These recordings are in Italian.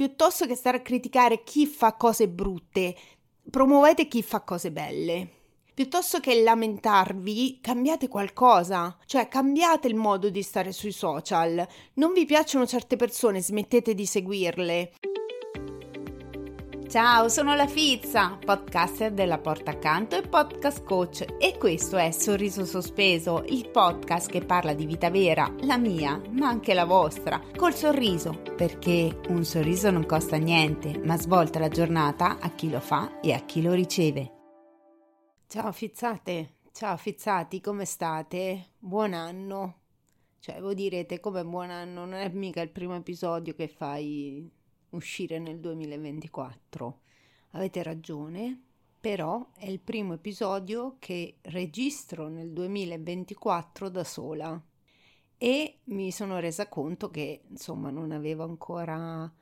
piuttosto che stare a criticare chi fa cose brutte, promuovete chi fa cose belle. Piuttosto che lamentarvi, cambiate qualcosa, cioè cambiate il modo di stare sui social. Non vi piacciono certe persone, smettete di seguirle. Ciao, sono la Fizza, podcaster della Porta Accanto e podcast coach, e questo è Sorriso Sospeso, il podcast che parla di vita vera, la mia, ma anche la vostra, col sorriso, perché un sorriso non costa niente, ma svolta la giornata a chi lo fa e a chi lo riceve. Ciao fizzate, ciao fizzati, come state? Buon anno. Cioè, voi direte, come buon anno? Non è mica il primo episodio che fai uscire nel 2024. Avete ragione, però è il primo episodio che registro nel 2024 da sola e mi sono resa conto che insomma non avevo ancora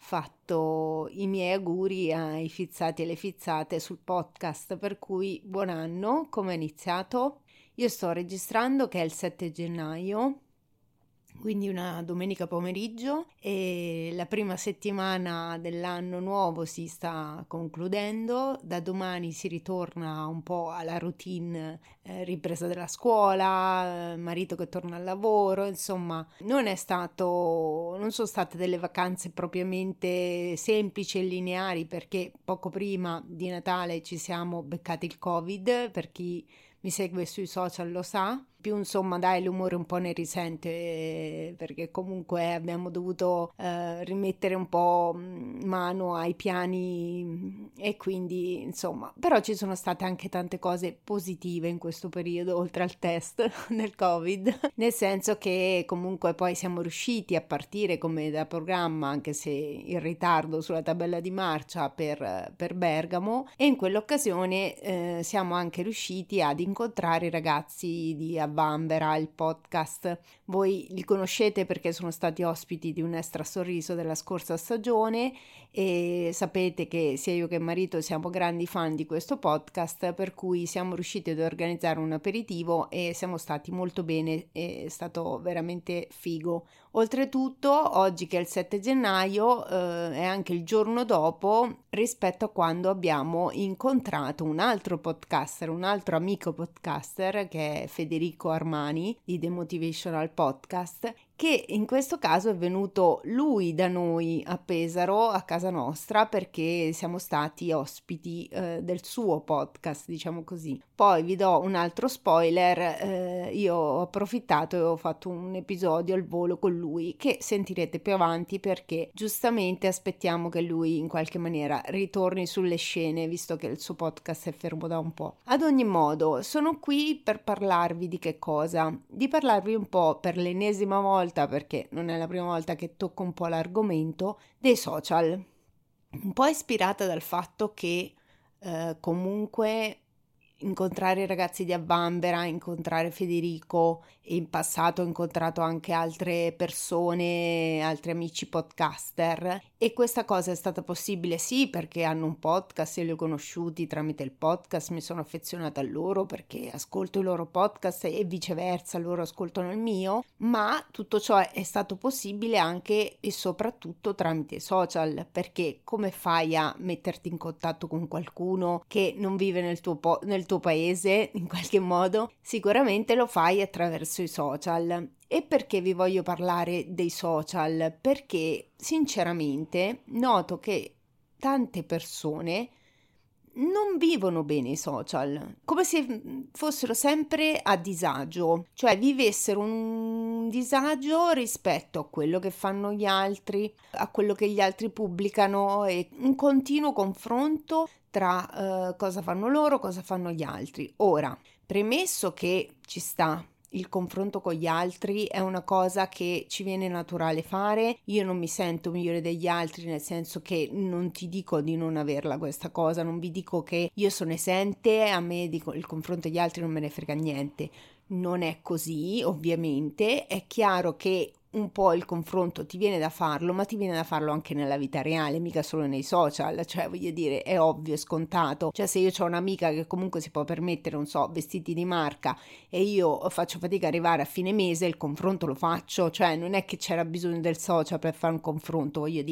fatto i miei auguri ai fizzati e le fizzate sul podcast, per cui buon anno. Come è iniziato? Io sto registrando che è il 7 gennaio, quindi una domenica pomeriggio, e la prima settimana dell'anno nuovo si sta concludendo. Da domani si ritorna un po' alla routine, ripresa della scuola, marito che torna al lavoro, insomma non sono state delle vacanze propriamente semplici e lineari, perché poco prima di Natale ci siamo beccati il Covid, per chi mi segue sui social lo sa. Più insomma dai, l'umore un po' ne risente, perché comunque abbiamo dovuto rimettere un po' mano ai piani, e quindi insomma, però ci sono state anche tante cose positive in questo periodo, oltre al test del Covid, nel senso che comunque poi siamo riusciti a partire come da programma, anche se in ritardo sulla tabella di marcia, per Bergamo, e in quell'occasione siamo anche riusciti ad incontrare i ragazzi di Bambera, il podcast. Voi li conoscete perché sono stati ospiti di un Extra Sorriso della scorsa stagione e sapete che sia io che marito siamo grandi fan di questo podcast, per cui siamo riusciti ad organizzare un aperitivo e siamo stati molto bene, è stato veramente figo. Oltretutto oggi, che è il 7 gennaio, è anche il giorno dopo rispetto a quando abbiamo incontrato un altro podcaster, un altro amico podcaster, che è Federico Armani di The Motivational Podcast, che in questo caso è venuto lui da noi a Pesaro, a casa nostra, perché siamo stati ospiti del suo podcast, diciamo così. Poi vi do un altro spoiler, io ho approfittato e ho fatto un episodio al volo con lui, che sentirete più avanti, perché giustamente aspettiamo che lui in qualche maniera ritorni sulle scene, visto che il suo podcast è fermo da un po'. Ad ogni modo, sono qui per parlarvi di che cosa? Di parlarvi un po', per l'ennesima volta, perché non è la prima volta che tocco un po' l'argomento, dei social. Un po' ispirata dal fatto che comunque incontrare i ragazzi di Bambera, incontrare Federico, e in passato ho incontrato anche altre persone, altri amici podcaster, e questa cosa è stata possibile sì perché hanno un podcast e li ho conosciuti tramite il podcast, mi sono affezionata a loro perché ascolto i loro podcast e viceversa, loro ascoltano il mio, ma tutto ciò è stato possibile anche e soprattutto tramite i social, perché come fai a metterti in contatto con qualcuno che non vive nel tuo paese in qualche modo? Sicuramente lo fai attraverso i social. E perché vi voglio parlare dei social? Perché sinceramente noto che tante persone non vivono bene i social, come se fossero sempre a disagio, cioè vivessero un disagio rispetto a quello che fanno gli altri, a quello che gli altri pubblicano, e un continuo confronto tra cosa fanno loro, cosa fanno gli altri. Ora, premesso che ci sta, il confronto con gli altri è una cosa che ci viene naturale fare, io non mi sento migliore degli altri, nel senso che non ti dico di non averla questa cosa, non vi dico che io sono esente, a me il confronto con gli altri non me ne frega niente, non è così, ovviamente. È chiaro che un po' il confronto ti viene da farlo, ma ti viene da farlo anche nella vita reale, mica solo nei social, cioè voglio dire, è ovvio, è scontato. Cioè se io ho un'amica che comunque si può permettere, non so, vestiti di marca, e io faccio fatica ad arrivare a fine mese, il confronto lo faccio, cioè non è che c'era bisogno del social per fare un confronto, voglio dire.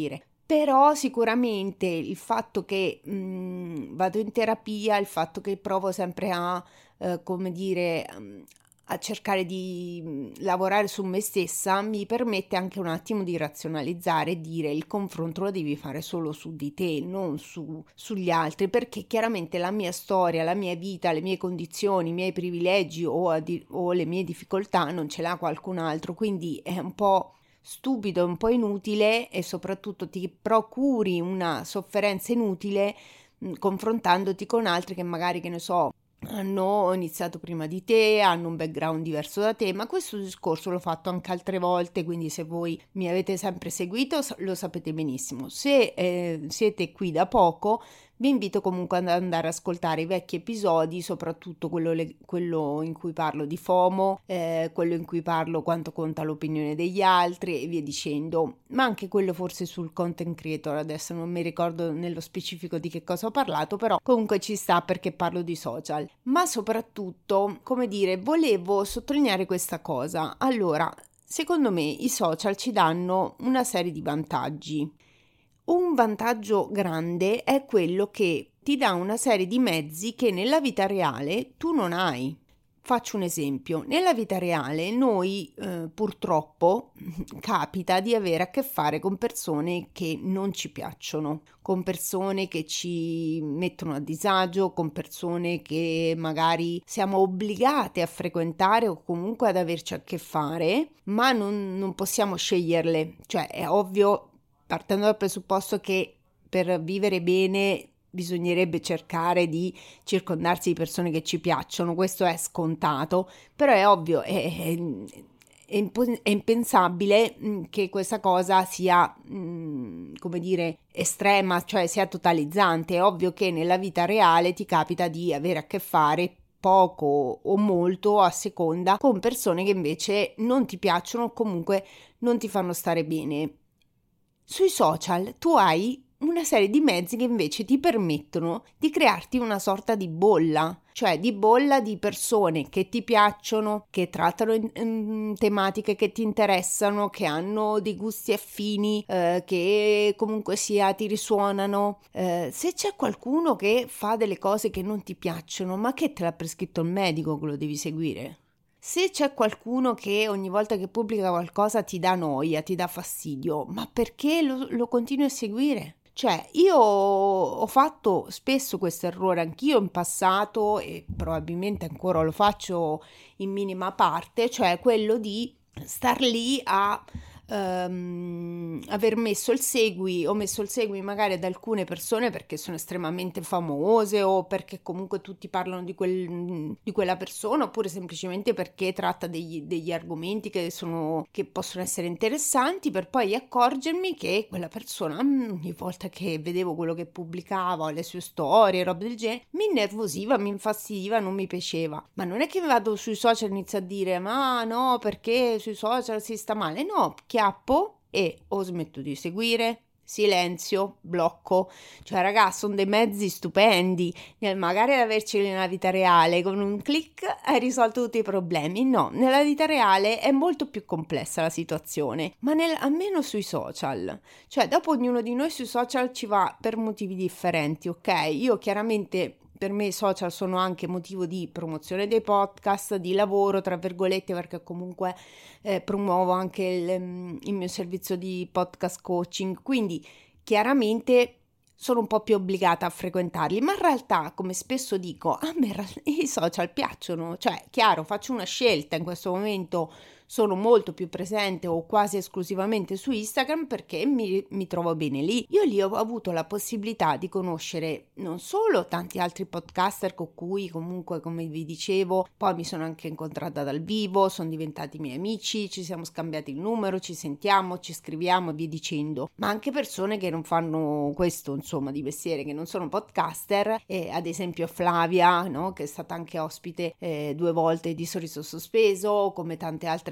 Però sicuramente il fatto che vado in terapia, il fatto che provo sempre a, come dire, a cercare di lavorare su me stessa, mi permette anche un attimo di razionalizzare e dire il confronto lo devi fare solo su di te, non sugli altri, perché chiaramente la mia storia, la mia vita, le mie condizioni, i miei privilegi o le mie difficoltà non ce l'ha qualcun altro, quindi è un po' stupido, un po' inutile e soprattutto ti procuri una sofferenza inutile confrontandoti con altri che magari, che ne so, hanno iniziato prima di te, hanno un background diverso da te, ma questo discorso l'ho fatto anche altre volte, quindi se voi mi avete sempre seguito lo sapete benissimo. Se siete qui da poco, vi invito comunque ad andare ad ascoltare i vecchi episodi, soprattutto quello in cui parlo di FOMO, quello in cui parlo quanto conta l'opinione degli altri e via dicendo, ma anche quello forse sul content creator, adesso non mi ricordo nello specifico di che cosa ho parlato, però comunque ci sta perché parlo di social. Ma soprattutto, come dire, volevo sottolineare questa cosa. Allora, secondo me i social ci danno una serie di vantaggi. Un vantaggio grande è quello che ti dà una serie di mezzi che nella vita reale tu non hai. Faccio un esempio. Nella vita reale noi purtroppo capita di avere a che fare con persone che non ci piacciono, con persone che ci mettono a disagio, con persone che magari siamo obbligate a frequentare o comunque ad averci a che fare, ma non possiamo sceglierle. Cioè è ovvio, partendo dal presupposto che per vivere bene bisognerebbe cercare di circondarsi di persone che ci piacciono, questo è scontato, però è ovvio, è impensabile che questa cosa sia, come dire, estrema, cioè sia totalizzante. È ovvio che nella vita reale ti capita di avere a che fare poco o molto a seconda con persone che invece non ti piacciono o comunque non ti fanno stare bene. Sui social tu hai una serie di mezzi che invece ti permettono di crearti una sorta di bolla, cioè di bolla di persone che ti piacciono, che trattano in tematiche che ti interessano, che hanno dei gusti affini, che comunque sia ti risuonano. Se c'è qualcuno che fa delle cose che non ti piacciono, ma che te l'ha prescritto il medico che lo devi seguire? Se c'è qualcuno che ogni volta che pubblica qualcosa ti dà noia, ti dà fastidio, ma perché lo continui a seguire? Cioè, io ho fatto spesso questo errore anch'io in passato e probabilmente ancora lo faccio in minima parte, cioè quello di star lì a aver messo il segui magari ad alcune persone perché sono estremamente famose o perché comunque tutti parlano di quella persona, oppure semplicemente perché tratta degli argomenti che possono essere interessanti, per poi accorgermi che quella persona ogni volta che vedevo quello che pubblicava, le sue storie, robe del genere, mi innervosiva, mi infastidiva, non mi piaceva. Ma non è che vado sui social e inizio a dire ma no, perché sui social si sta male, no, chiappo e o smetto di seguire, silenzio, blocco. Cioè ragazzi, sono dei mezzi stupendi, magari ad averceli nella vita reale con un click hai risolto tutti i problemi. No, nella vita reale è molto più complessa la situazione, ma almeno sui social, cioè dopo ognuno di noi sui social ci va per motivi differenti, ok? Io chiaramente, per me i social sono anche motivo di promozione dei podcast, di lavoro, tra virgolette, perché comunque promuovo anche il mio servizio di podcast coaching, quindi chiaramente sono un po' più obbligata a frequentarli, ma in realtà, come spesso dico, a me i social piacciono, cioè chiaro, faccio una scelta, in questo momento sono molto più presente o quasi esclusivamente su Instagram perché mi trovo bene lì. Io lì ho avuto la possibilità di conoscere non solo tanti altri podcaster con cui comunque, come vi dicevo, poi mi sono anche incontrata dal vivo, sono diventati miei amici, ci siamo scambiati il numero, ci sentiamo, ci scriviamo e via dicendo, ma anche persone che non fanno questo, insomma, di mestiere, che non sono podcaster, ad esempio Flavia, no? Che è stata anche ospite 2 volte di Sorriso Sospeso, come tante altre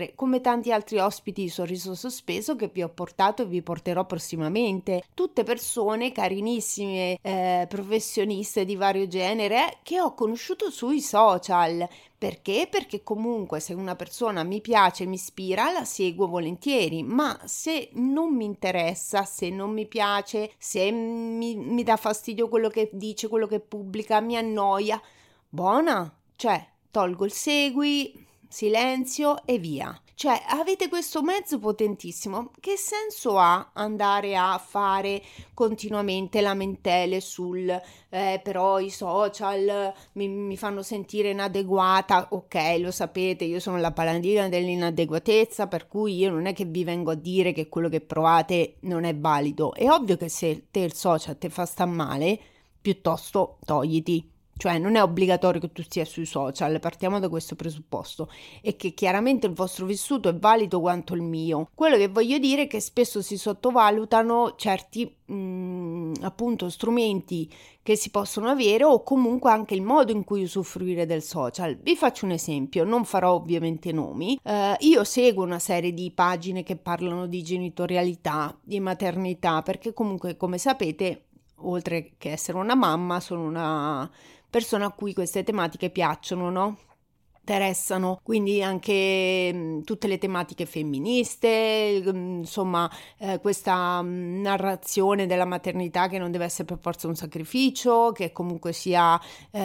genere, come tanti altri ospiti di Sorriso Sospeso che vi ho portato e vi porterò prossimamente. Tutte persone carinissime, professioniste di vario genere che ho conosciuto sui social. Perché? Perché comunque se una persona mi piace, mi ispira, la seguo volentieri, ma se non mi interessa, se non mi piace, se mi dà fastidio quello che dice, quello che pubblica, mi annoia, buona, cioè tolgo il segui, silenzio e via. Cioè avete questo mezzo potentissimo. Che senso ha andare a fare continuamente lamentele sul però i social mi fanno sentire inadeguata? Ok, lo sapete, io sono la paladina dell'inadeguatezza, per cui io non è che vi vengo a dire che quello che provate non è valido. È ovvio che se te il social ti fa sta male, piuttosto togliti. Cioè non è obbligatorio che tu stia sui social, partiamo da questo presupposto, e che chiaramente il vostro vissuto è valido quanto il mio. Quello che voglio dire è che spesso si sottovalutano certi appunto strumenti che si possono avere, o comunque anche il modo in cui usufruire del social. Vi faccio un esempio, non farò ovviamente nomi. Io seguo una serie di pagine che parlano di genitorialità, di maternità, perché comunque, come sapete, oltre che essere una mamma, sono una persona a cui queste tematiche piacciono, no? Interessano, quindi anche tutte le tematiche femministe, insomma questa narrazione della maternità che non deve essere per forza un sacrificio, che comunque sia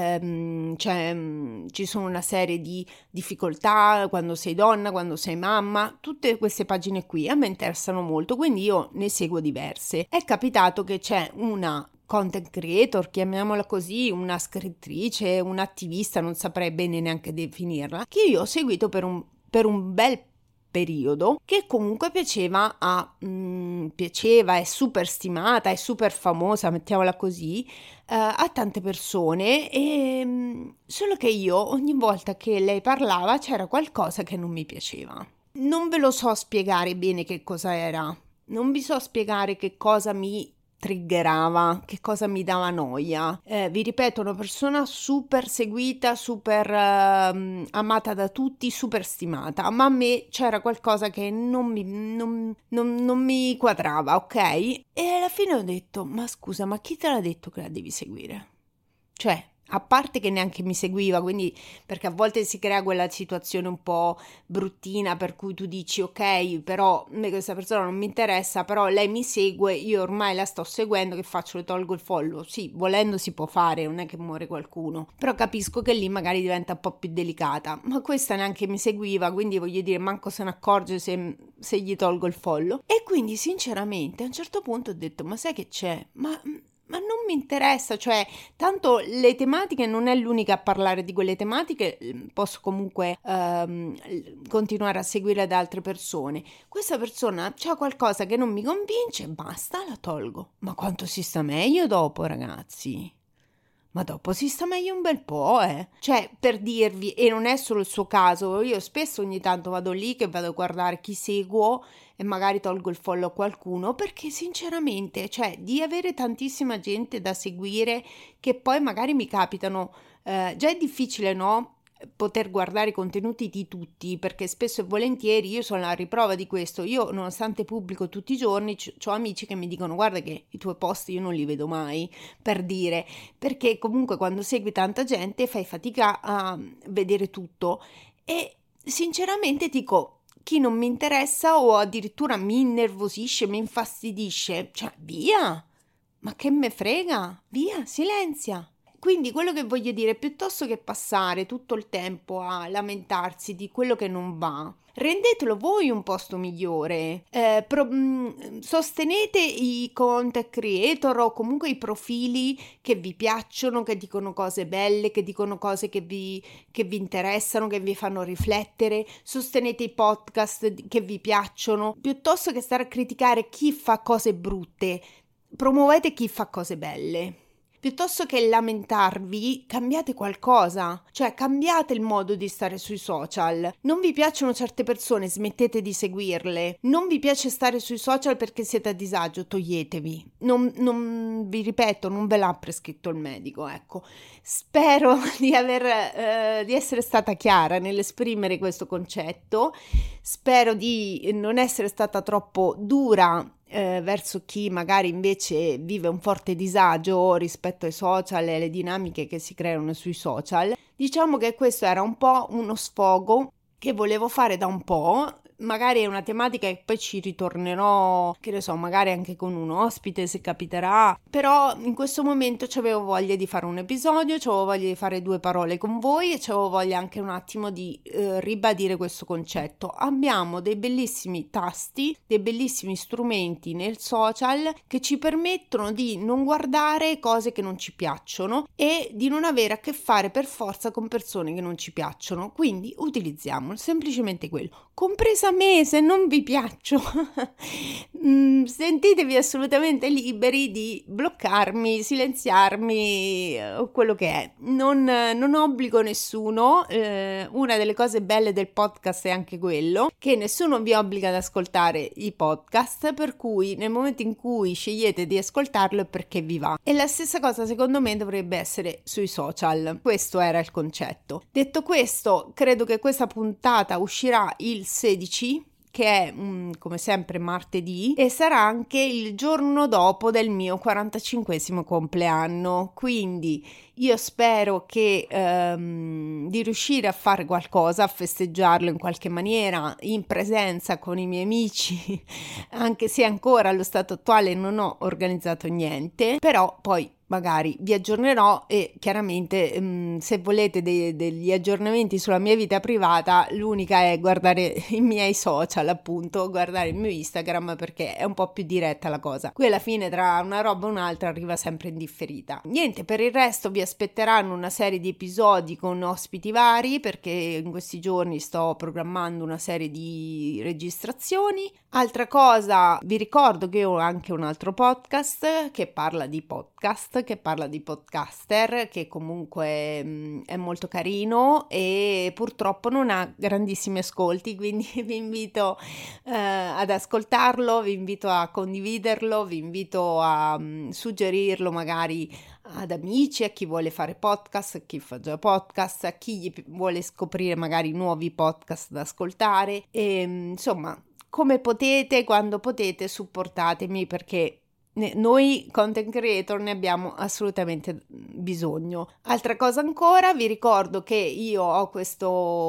ci sono una serie di difficoltà quando sei donna, quando sei mamma. Tutte queste pagine qui a me interessano molto, quindi io ne seguo diverse. È capitato che c'è una content creator, chiamiamola così, una scrittrice, un'attivista, non saprei bene neanche definirla, che io ho seguito per un bel periodo, che comunque piaceva, è super stimata, è super famosa, mettiamola così, a tante persone, e solo che io ogni volta che lei parlava c'era qualcosa che non mi piaceva. Non ve lo so spiegare bene che cosa era, non vi so spiegare che cosa mi triggerava, che cosa mi dava noia. Vi ripeto, una persona super seguita, super amata da tutti, super stimata, ma a me c'era qualcosa che non mi quadrava, ok? E alla fine ho detto, ma scusa, ma chi te l'ha detto che la devi seguire? Cioè, a parte che neanche mi seguiva, quindi, perché a volte si crea quella situazione un po' bruttina per cui tu dici ok, però a me questa persona non mi interessa, però lei mi segue, io ormai la sto seguendo, che faccio? Le tolgo il follow? Sì, volendo si può fare, non è che muore qualcuno, però capisco che lì magari diventa un po' più delicata. Ma questa neanche mi seguiva, quindi voglio dire, manco se ne accorge se gli tolgo il follow. E quindi sinceramente a un certo punto ho detto, ma sai che c'è? Ma non mi interessa, cioè tanto le tematiche, non è l'unica a parlare di quelle tematiche, posso comunque continuare a seguire da altre persone. Questa persona c'ha qualcosa che non mi convince, basta, la tolgo. Ma quanto si sta meglio dopo, ragazzi? Ma dopo si sta meglio un bel po', Cioè, per dirvi, e non è solo il suo caso, io spesso ogni tanto vado lì che vado a guardare chi seguo e magari tolgo il follow a qualcuno, perché sinceramente, cioè, di avere tantissima gente da seguire che poi magari mi capitano, già è difficile, no? Poter guardare i contenuti di tutti, perché spesso e volentieri io sono la riprova di questo. Io, nonostante pubblico tutti i giorni, ho amici che mi dicono guarda che i tuoi post io non li vedo mai, per dire, perché comunque quando segui tanta gente fai fatica a vedere tutto. E sinceramente dico, chi non mi interessa o addirittura mi innervosisce, mi infastidisce, cioè via, ma che me frega, via, silenzia. Quindi quello che voglio dire, piuttosto che passare tutto il tempo a lamentarsi di quello che non va, rendetelo voi un posto migliore, sostenete i content creator o comunque i profili che vi piacciono, che dicono cose belle, che dicono cose che vi interessano, che vi fanno riflettere, sostenete i podcast che vi piacciono, piuttosto che stare a criticare chi fa cose brutte, promuovete chi fa cose belle. piuttosto che lamentarvi, cambiate qualcosa, cioè cambiate il modo di stare sui social. Non vi piacciono certe persone, smettete di seguirle. Non vi piace stare sui social perché siete a disagio, toglietevi. Non vi ripeto, non ve l'ha prescritto il medico, ecco. Spero di essere stata chiara nell'esprimere questo concetto. Spero di non essere stata troppo dura verso chi magari invece vive un forte disagio rispetto ai social e alle dinamiche che si creano sui social. Diciamo che questo era un po' uno sfogo che volevo fare da un po'. Magari è una tematica che poi ci ritornerò, che ne so, magari anche con un ospite se capiterà, però in questo momento c'avevo voglia di fare un episodio, c'avevo voglia di fare 2 parole con voi e c'avevo voglia anche un attimo di ribadire questo concetto. Abbiamo dei bellissimi tasti, dei bellissimi strumenti nel social che ci permettono di non guardare cose che non ci piacciono e di non avere a che fare per forza con persone che non ci piacciono, quindi utilizziamolo, semplicemente quello, compresa me se non vi piaccio. Sentitevi assolutamente liberi di bloccarmi, silenziarmi o quello che è. Non obbligo nessuno. Una delle cose belle del podcast è anche quello che nessuno vi obbliga ad ascoltare i podcast, per cui nel momento in cui scegliete di ascoltarlo è perché vi va. E la stessa cosa secondo me dovrebbe essere sui social. Questo era il concetto. Detto questo, credo che questa puntata uscirà il 16, che è come sempre martedì, e sarà anche il giorno dopo del mio 45esimo compleanno, quindi io spero che di riuscire a fare qualcosa, a festeggiarlo in qualche maniera in presenza con i miei amici, anche se ancora allo stato attuale non ho organizzato niente, però poi magari vi aggiornerò e chiaramente se volete degli aggiornamenti sulla mia vita privata, l'unica è guardare i miei social, appunto, guardare il mio Instagram, perché è un po' più diretta la cosa. Qui alla fine tra una roba e un'altra arriva sempre in differita. Niente, per il resto vi aspetteranno una serie di episodi con ospiti vari, perché in questi giorni sto programmando una serie di registrazioni. Altra cosa, vi ricordo che ho anche un altro podcast che parla di podcast, che parla di podcaster, che comunque è molto carino e purtroppo non ha grandissimi ascolti, quindi vi invito ad ascoltarlo, vi invito a condividerlo, vi invito a suggerirlo magari ad amici, a chi vuole fare podcast, a chi fa già podcast, a chi vuole scoprire magari nuovi podcast da ascoltare e insomma, come potete, quando potete, supportatemi, perché noi content creator ne abbiamo assolutamente bisogno. Altra cosa ancora, vi ricordo che io ho questa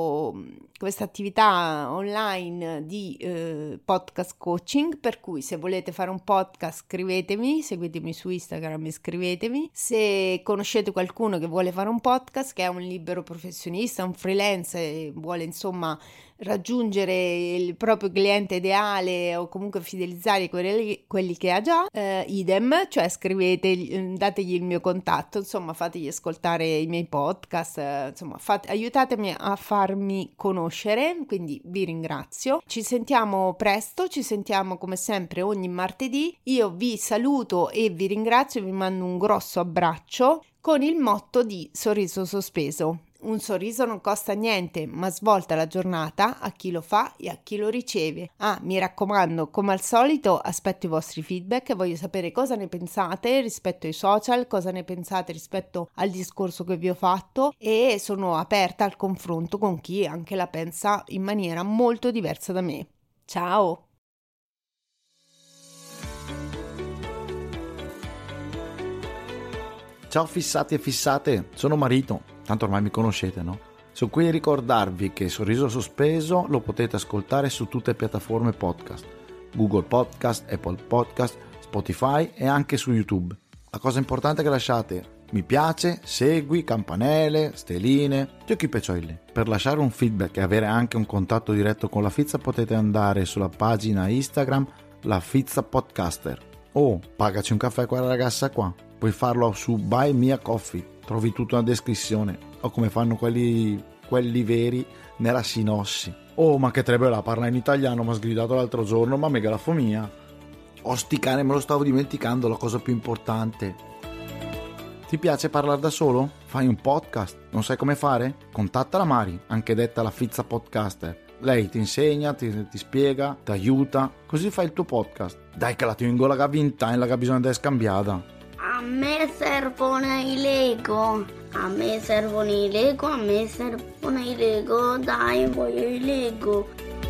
attività online di podcast coaching, per cui se volete fare un podcast scrivetemi, seguitemi su Instagram e scrivetemi. Se conoscete qualcuno che vuole fare un podcast, che è un libero professionista, un freelance e vuole insomma raggiungere il proprio cliente ideale o comunque fidelizzare quelli che ha già, idem, cioè scrivete, dategli il mio contatto, insomma fategli ascoltare i miei podcast, insomma aiutatemi a farmi conoscere, quindi vi ringrazio. Ci sentiamo presto, ci sentiamo come sempre ogni martedì. Io vi saluto e vi ringrazio, vi mando un grosso abbraccio con il motto di sorriso sospeso. Un sorriso non costa niente, ma svolta la giornata a chi lo fa e a chi lo riceve. Mi raccomando, come al solito, aspetto i vostri feedback, voglio sapere cosa ne pensate rispetto ai social, cosa ne pensate rispetto al discorso che vi ho fatto e sono aperta al confronto con chi anche la pensa in maniera molto diversa da me. Ciao! Ciao fissati e fissate, sono Marito, tanto ormai mi conoscete, no? Sono qui a ricordarvi che Sorriso Sospeso lo potete ascoltare su tutte le piattaforme podcast, Google Podcast, Apple Podcast, Spotify e anche su YouTube. La cosa importante è che lasciate mi piace, segui, campanelle, steline, giochi peccioli. Per lasciare un feedback e avere anche un contatto diretto con la Fizza potete andare sulla pagina Instagram La Fizza Podcaster o pagaci un caffè a quella ragazza qua. Puoi farlo su Buy Me a Coffee, trovi tutto nella descrizione, o come fanno quelli veri nella sinossi. Oh, ma che trebella, parla in italiano, mi ha sgridato l'altro giorno, ma megalafomia. Oh, sti cane, me lo stavo dimenticando, la cosa più importante. Ti piace parlare da solo? Fai un podcast? Non sai come fare? Contatta la Mari, anche detta la Fizza Podcaster. Lei ti insegna, ti spiega, ti aiuta, così fai il tuo podcast. Dai che la tengo la vinta e la bisogna di scambiata. A me servono i Lego. A me servono i Lego, dai, voglio i Lego.